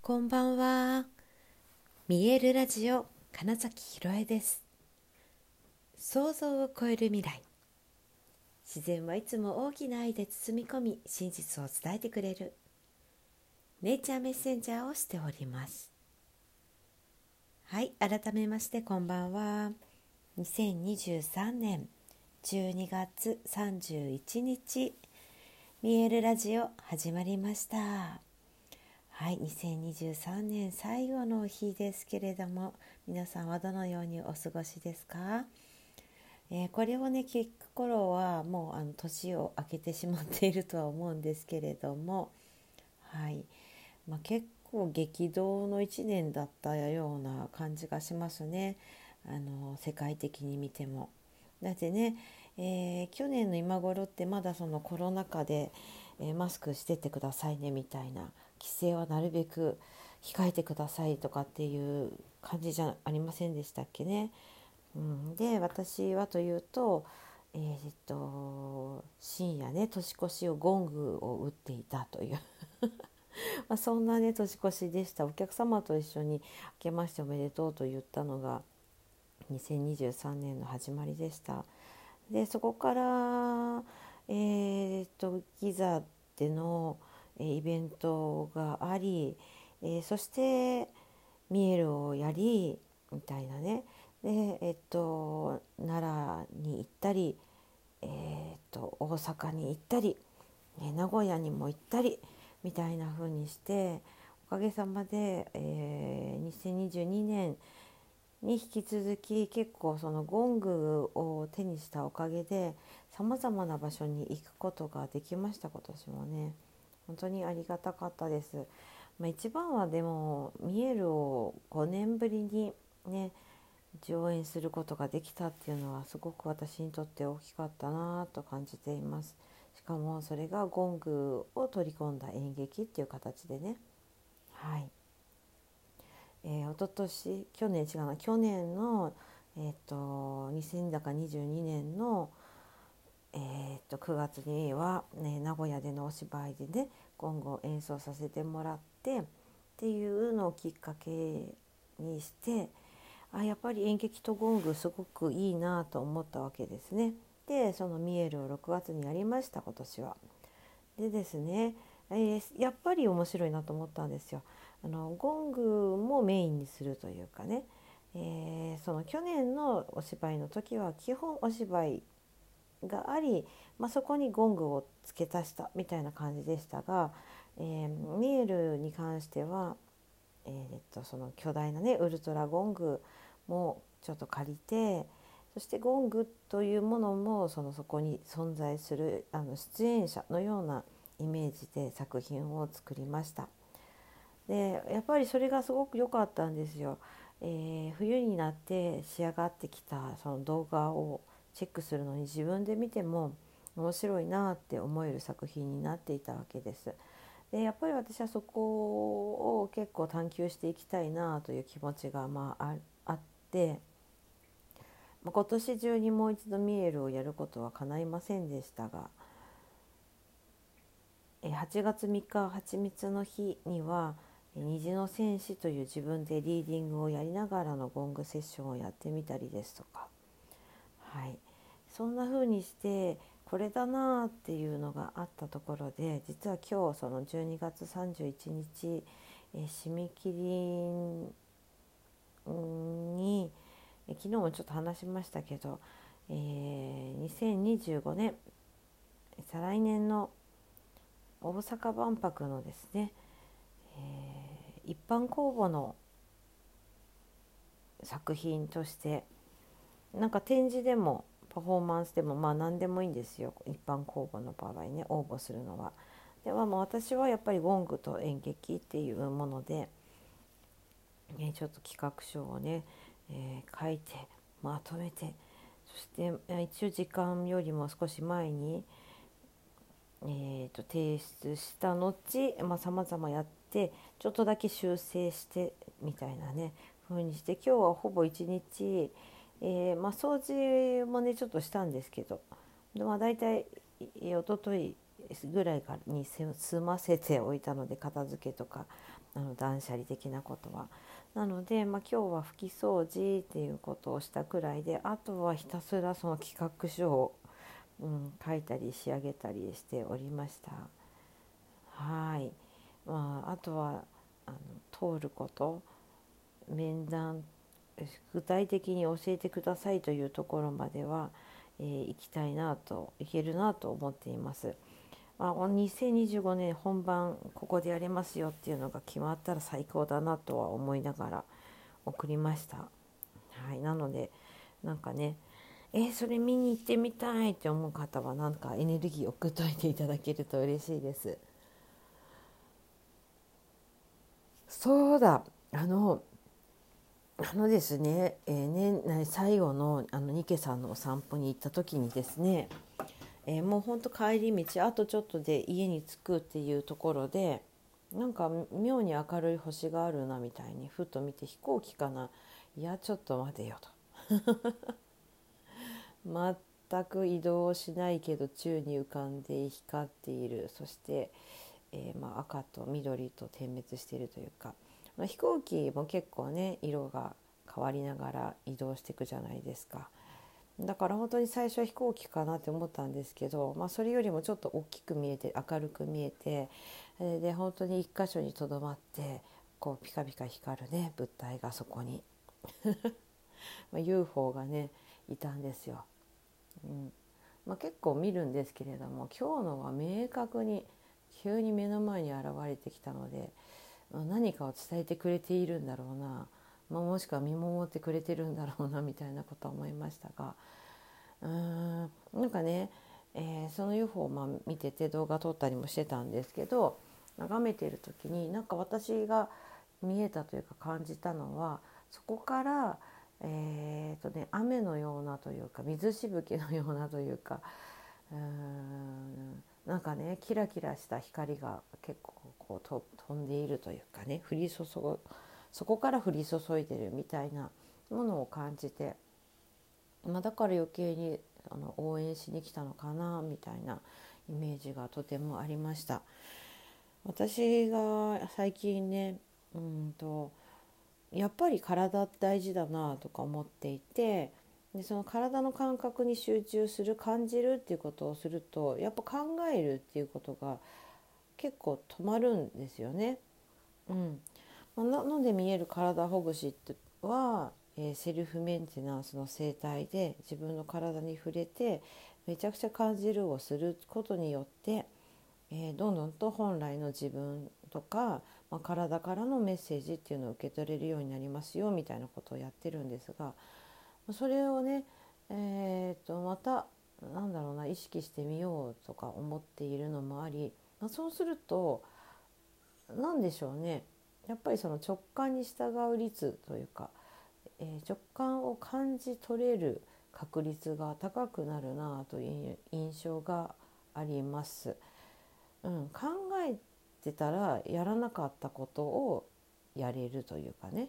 こんばんは。見えるラジオ金崎ひろえです。想像を超える未来。自然はいつも大きな愛で包み込み、真実を伝えてくれるネイチャーメッセンジャーをしております。はい、改めましてこんばんは。2023年12月31日、見えるラジオ始まりました。はい、2023年最後の日ですけれども、皆さんはどのようにお過ごしですか？これをね聞く頃はもう年を明けてしまっているとは思うんですけれども、はい、結構激動の1年だったような感じがしますね。世界的に見ても。だってね、去年の今頃ってまだそのコロナ禍で、マスクしてってくださいねみたいな、規制はなるべく控えてくださいとかっていう感じじゃありませんでしたっけね。で私はというと、深夜ね年越しをゴングを打っていたというそんなね年越しでした。お客様と一緒に明けましておめでとうと言ったのが2023年の始まりでした。でそこから、ギザでの、イベントがあり、そしてミエルをやりみたいなね。で、奈良に行ったり、大阪に行ったり、名古屋にも行ったりみたいな風にして、おかげさまで、2022年に引き続き結構そのゴングを手にしたおかげでさまざまな場所に行くことができました。今年もね本当にありがたかったです。一番はでもミエルを5年ぶりにね上演することができたっていうのはすごく私にとって大きかったなと感じています。しかもそれがゴングを取り込んだ演劇っていう形でね。はい、一昨年去年違うな去年の2022年の9月には、ね、名古屋でのお芝居でね今後演奏させてもらってっていうのをきっかけにして、やっぱり演劇とゴングすごくいいなと思ったわけですね。でそのミエルを6月にやりました今年は。でですね、やっぱり面白いなと思ったんですよ。ゴングもメインにするというかね、その去年のお芝居の時は基本お芝居があり、そこにゴングを付け足したみたいな感じでしたが、ミエルに関しては、その巨大なねウルトラゴングもちょっと借りて、そしてゴングというものもそこに存在する出演者のようなイメージで作品を作りました。でやっぱりそれがすごく良かったんですよ。冬になって仕上がってきたその動画をチェックするのに自分で見ても面白いなって思える作品になっていたわけです。でやっぱり私はそこを結構探求していきたいなという気持ちがあって、今年中にもう一度ミエルをやることは叶いませんでしたが、8月3日はちみつの日には虹の戦士という自分でリーディングをやりながらのゴングセッションをやってみたりですとか、はい、そんな風にしてこれだなっていうのがあったところで、実は今日その12月31日、締め切りに、昨日もちょっと話しましたけど、2025年再来年の大阪万博のですね、一般公募の作品として、なんか展示でもパフォーマンスでも何でもいいんですよ、一般公募の場合ね応募するのは。ではもう私はやっぱりゴングと演劇っていうもので、ちょっと企画書をね、書いてまとめて、そして一応時間よりも少し前に、提出した後さまざまやってちょっとだけ修正してみたいなね風にして、今日はほぼ一日、掃除もねちょっとしたんですけど、で、だいたい一昨日ぐらいに済ませておいたので、片付けとか断捨離的なことは。なので、今日は拭き掃除っていうことをしたくらいで、あとはひたすらその企画書を、書いたり仕上げたりしておりました。はい。あとは通ること、面談、具体的に教えてくださいというところまでは、行けるなと思っています。2025年本番ここでやれますよっていうのが決まったら最高だなとは思いながら送りました。はい、なのでなんかね、それ見に行ってみたいって思う方はなんかエネルギー送っといていただけると嬉しいです。そうだ、ですね、年内最後のニケさんのお散歩に行った時にですね、もうほんと帰り道あとちょっとで家に着くっていうところで、なんか妙に明るい星があるなみたいにふっと見て、飛行機かな、いやちょっと待てよと全く移動しないけど宙に浮かんで光っている、そして、赤と緑と点滅しているというか、飛行機も結構ね色が変わりながら移動していくじゃないですか。だから本当に最初は飛行機かなって思ったんですけど、それよりもちょっと大きく見えて明るく見えて、で本当に一箇所にとどまって、こうピカピカ光るね物体がそこにUFO がねいたんですよ。結構見るんですけれども、今日のは明確に急に目の前に現れてきたので、何かを伝えてくれているんだろうな、もしくは見守ってくれてるんだろうなみたいなことは思いましたが、なんかね、その UFO を見てて動画撮ったりもしてたんですけど、眺めている時になんか私が見えたというか感じたのは、そこから雨のようなというか水しぶきのようなというか、なんかねキラキラした光が結構こう飛んでいるというかね、そこから降り注いでるみたいなものを感じて、だから余計に応援しに来たのかなみたいなイメージがとてもありました。私が最近ね、やっぱり体大事だなとか思っていて、でその体の感覚に集中する、感じるっていうことをすると、やっぱ考えるっていうことが結構止まるんですよね。なので見える体ほぐしは、セルフメンテナンスの生態で自分の体に触れてめちゃくちゃ感じるをすることによって、どんどんと本来の自分とか、体からのメッセージっていうのを受け取れるようになりますよみたいなことをやってるんですが、それをね、また意識してみようとか思っているのもあり、そうすると何でしょうね、やっぱりその直感に従う率というか、直感を感じ取れる確率が高くなるなという印象があります。考えてたらやらなかったことをやれるというかね、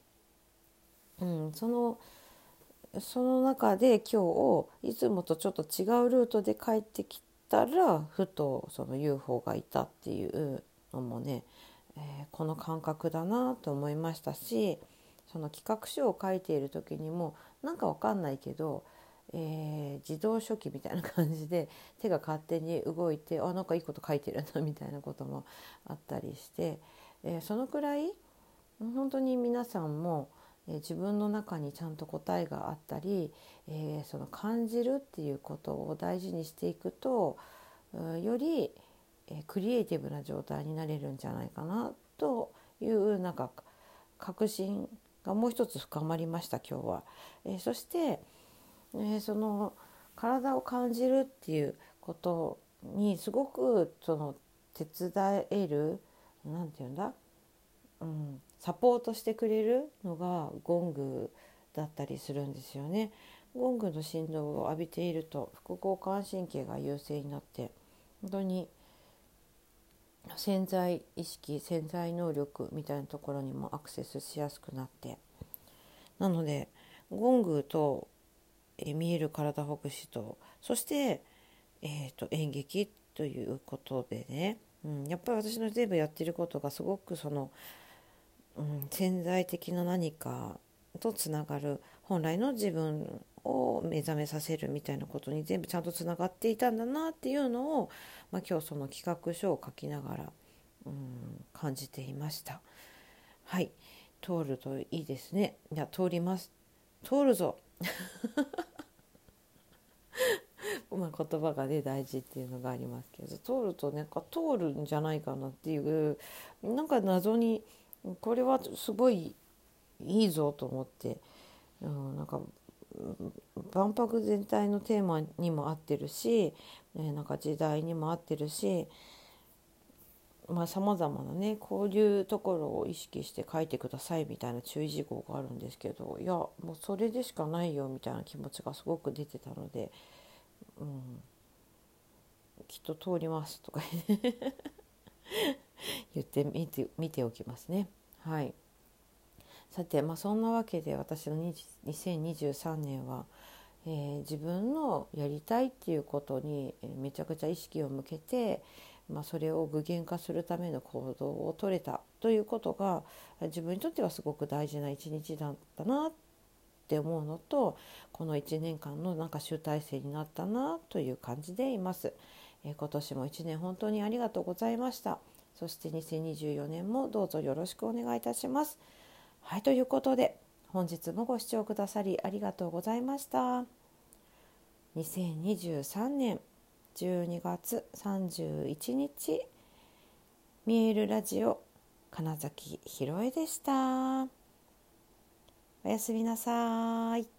その中で今日いつもとちょっと違うルートで帰ってきたら、ふとその UFO がいたっていうのもね、この感覚だなと思いましたし、その企画書を書いている時にもなんかわかんないけど、自動書記みたいな感じで手が勝手に動いて、なんかいいこと書いてるなみたいなこともあったりして、そのくらい本当に皆さんも自分の中にちゃんと答えがあったり、その感じるっていうことを大事にしていくと、よりクリエイティブな状態になれるんじゃないかなというなんか確信がもう一つ深まりました今日は。そして、その体を感じるっていうことにすごくその手伝える、なんていうんだ、サポートしてくれるのがゴングだったりするんですよね。ゴングの振動を浴びていると副交感神経が優勢になって、本当に潜在意識、潜在能力みたいなところにもアクセスしやすくなって、なのでゴングと見える体ほぐしと、そして、演劇ということでね、やっぱり私の全部やってることがすごく潜在的な何かとつながる、本来の自分を目覚めさせるみたいなことに全部ちゃんとつながっていたんだなっていうのを、今日その企画書を書きながら、感じていました。はい、通るといいですね。いや、通ります。通るぞ言葉がね大事っていうのがありますけど、通ると通るんじゃないかなっていう、謎にこれはすごいいいぞと思って、万博全体のテーマにも合ってるし、時代にも合ってるし、さまざまなねこういうところを意識して書いてくださいみたいな注意事項があるんですけど、いやもうそれでしかないよみたいな気持ちがすごく出てたので、きっと通りますとか言ってみておきますね。はい。さて、そんなわけで私の2023年は、自分のやりたいっていうことにめちゃくちゃ意識を向けて、それを具現化するための行動を取れたということが自分にとってはすごく大事な一日だったなって思うのと、この1年間の集大成になったなという感じでいます。今年も1年本当にありがとうございました。そして2024年もどうぞよろしくお願いいたします。はい、ということで本日もご視聴くださりありがとうございました。2023年12月31日見えるラジオ金崎ひろえでした。おやすみなさい。